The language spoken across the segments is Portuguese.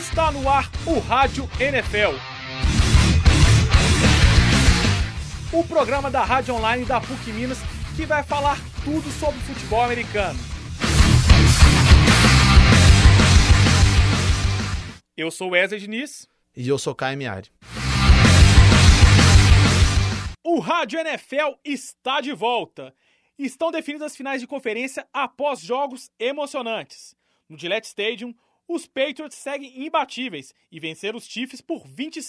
Está no ar o Rádio NFL. O programa da rádio online da PUC Minas que vai falar tudo sobre futebol americano. Eu sou Wesley Diniz. E eu sou Caio Miari. O Rádio NFL está de volta. Estão definidas as finais de conferência após jogos emocionantes. No Gillette Stadium, os Patriots seguem imbatíveis e venceram os Chiefs por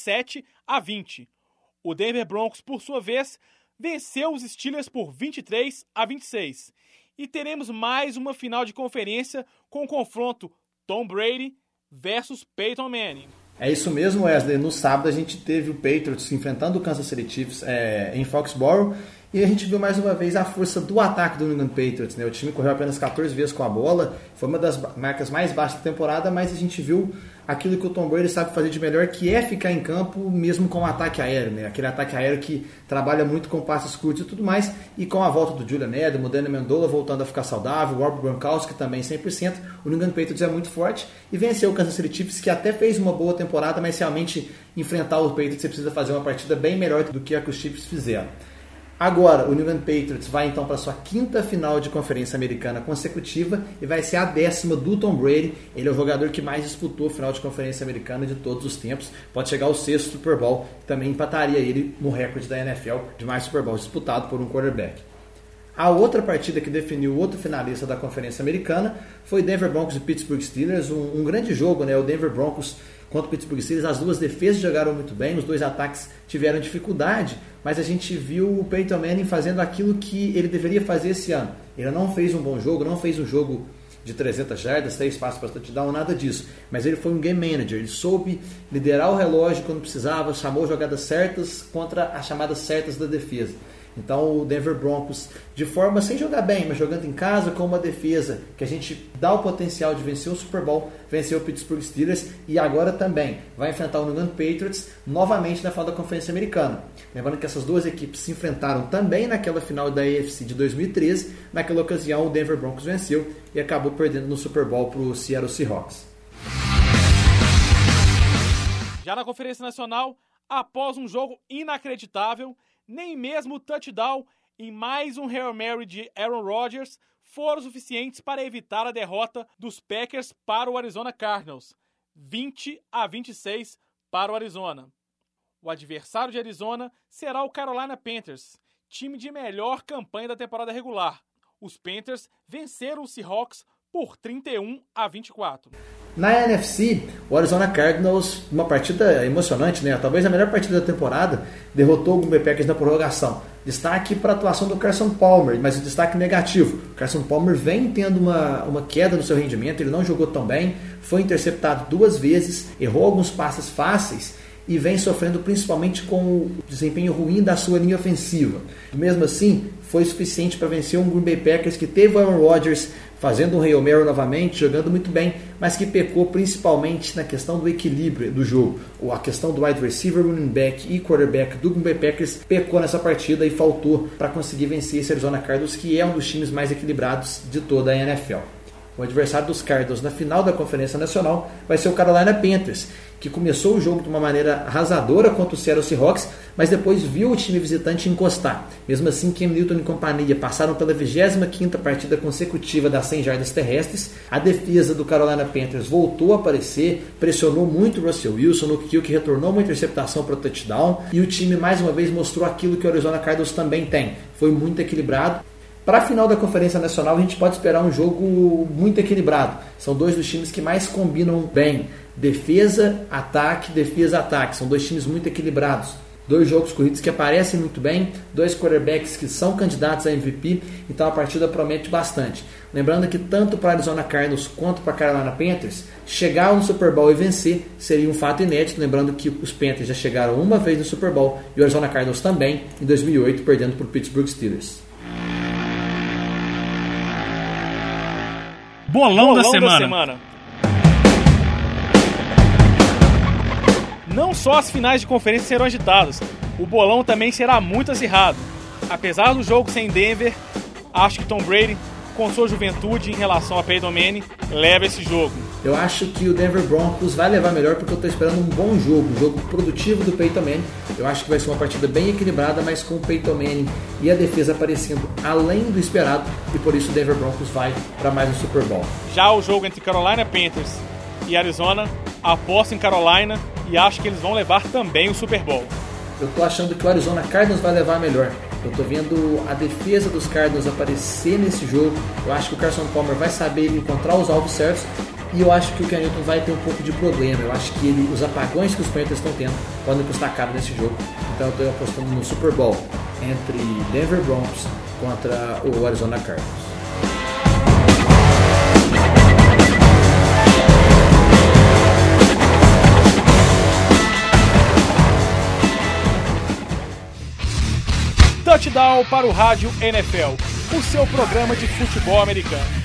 27-20. O Denver Broncos, por sua vez, venceu os Steelers por 23-26. E teremos mais uma final de conferência com o confronto Tom Brady versus Peyton Manning. É isso mesmo, Wesley. No sábado a gente teve o Patriots enfrentando o Kansas City Chiefs em Foxborough e a gente viu mais uma vez a força do ataque do New England Patriots, né? O time correu apenas 14 vezes com a bola, foi uma das marcas mais baixas da temporada, mas a gente viu aquilo que o Tom Brady sabe fazer de melhor, que é ficar em campo mesmo com o ataque aéreo, né? Aquele ataque aéreo que trabalha muito com passes curtos e tudo mais, e com a volta do Julian Edelman, o Danny Amendola voltando a ficar saudável, o Rob Gronkowski também 100%, o New England Patriots é muito forte e venceu o Kansas City Chiefs, que até fez uma boa temporada, mas realmente enfrentar os Patriots você precisa fazer uma partida bem melhor do que a que os Chiefs fizeram. Agora, o New England Patriots vai então para a sua quinta final de conferência americana consecutiva e vai ser a 10ª do Tom Brady. Ele é o jogador que mais disputou a final de conferência americana de todos os tempos. Pode chegar ao 6º Super Bowl, que também empataria ele no recorde da NFL de mais Super Bowls disputado por um quarterback. A outra partida que definiu o outro finalista da conferência americana foi Denver Broncos e Pittsburgh Steelers. Um grande jogo, né? O Denver Broncos contra o Pittsburgh Steelers, as duas defesas jogaram muito bem, os dois ataques tiveram dificuldade, mas a gente viu o Peyton Manning fazendo aquilo que ele deveria fazer esse ano. Ele não fez um bom jogo, não fez um jogo de 300 jardas, 3 passos para touchdown, nada disso. Mas ele foi um game manager, ele soube liderar o relógio quando precisava, chamou jogadas certas contra as chamadas certas da defesa. Então o Denver Broncos, de forma sem jogar bem, mas jogando em casa com uma defesa que a gente dá o potencial de vencer o Super Bowl, venceu o Pittsburgh Steelers e agora também vai enfrentar o New England Patriots novamente na final da Conferência Americana. Lembrando que essas duas equipes se enfrentaram também naquela final da AFC de 2013. Naquela ocasião o Denver Broncos venceu e acabou perdendo no Super Bowl para o Seattle Seahawks. Já na Conferência Nacional, após um jogo inacreditável, nem mesmo o touchdown e mais um Hail Mary de Aaron Rodgers foram suficientes para evitar a derrota dos Packers para o Arizona Cardinals, 20-26 para o Arizona. O adversário de Arizona será o Carolina Panthers, time de melhor campanha da temporada regular. Os Panthers venceram os Seahawks por 31-24. Na NFC, o Arizona Cardinals, uma partida emocionante, né? Talvez a melhor partida da temporada, derrotou o Green Bay Packers na prorrogação. Destaque para a atuação do Carson Palmer, mas o destaque negativo. O Carson Palmer vem tendo uma queda no seu rendimento, ele não jogou tão bem, foi interceptado 2 vezes, errou alguns passes fáceis e vem sofrendo principalmente com o desempenho ruim da sua linha ofensiva. Mesmo assim, foi suficiente para vencer um Green Bay Packers que teve o Aaron Rodgers fazendo um Hail Mary novamente, jogando muito bem, mas que pecou principalmente na questão do equilíbrio do jogo. A questão do wide receiver, running back e quarterback do Green Bay Packers pecou nessa partida e faltou para conseguir vencer esse Arizona Cardinals, que é um dos times mais equilibrados de toda a NFL. O adversário dos Cardinals na final da Conferência Nacional vai ser o Carolina Panthers, que começou o jogo de uma maneira arrasadora contra o Seattle Seahawks, mas depois viu o time visitante encostar. Mesmo assim, Cam Newton e companhia passaram pela 25ª partida consecutiva das 100 jardas terrestres. A defesa do Carolina Panthers voltou a aparecer, pressionou muito o Russell Wilson, no que retornou uma interceptação para o touchdown, e o time mais uma vez mostrou aquilo que o Arizona Cardinals também tem. Foi muito equilibrado. Para a final da Conferência Nacional, a gente pode esperar um jogo muito equilibrado. São dois dos times que mais combinam bem. Defesa, ataque. São dois times muito equilibrados. 2 jogos corridos que aparecem muito bem, 2 quarterbacks que são candidatos a MVP, então a partida promete bastante. Lembrando que tanto para Arizona Cardinals quanto para Carolina Panthers, chegar no Super Bowl e vencer seria um fato inédito. Lembrando que os Panthers já chegaram uma vez no Super Bowl e o Arizona Cardinals também, em 2008, perdendo para o Pittsburgh Steelers. Bolão da semana. Não só as finais de conferência serão agitadas, o bolão também será muito acirrado. Apesar do jogo sem Denver, acho que Tom Brady, com sua juventude em relação a Peyton Manning, leva esse jogo. Eu acho que o Denver Broncos vai levar melhor porque eu estou esperando um bom jogo, um jogo produtivo do Peyton Manning. Eu acho que vai ser uma partida bem equilibrada, mas com o Peyton Manning e a defesa aparecendo além do esperado, e por isso o Denver Broncos vai para mais um Super Bowl. Já o jogo entre Carolina Panthers e Arizona, aposto em Carolina e acho que eles vão levar também o Super Bowl. Eu tô achando que o Arizona Cardinals vai levar melhor. Eu tô vendo a defesa dos Cardinals aparecer nesse jogo. Eu acho que o Carson Palmer vai saber encontrar os alvos certos. E eu acho que o Cam Newton vai ter um pouco de problema. Eu acho que os apagões que os Panthers estão tendo podem custar caro nesse jogo. Então eu tô apostando no Super Bowl entre Denver Broncos contra o Arizona Cardinals. Touchdown para o Rádio NFL, o seu programa de futebol americano.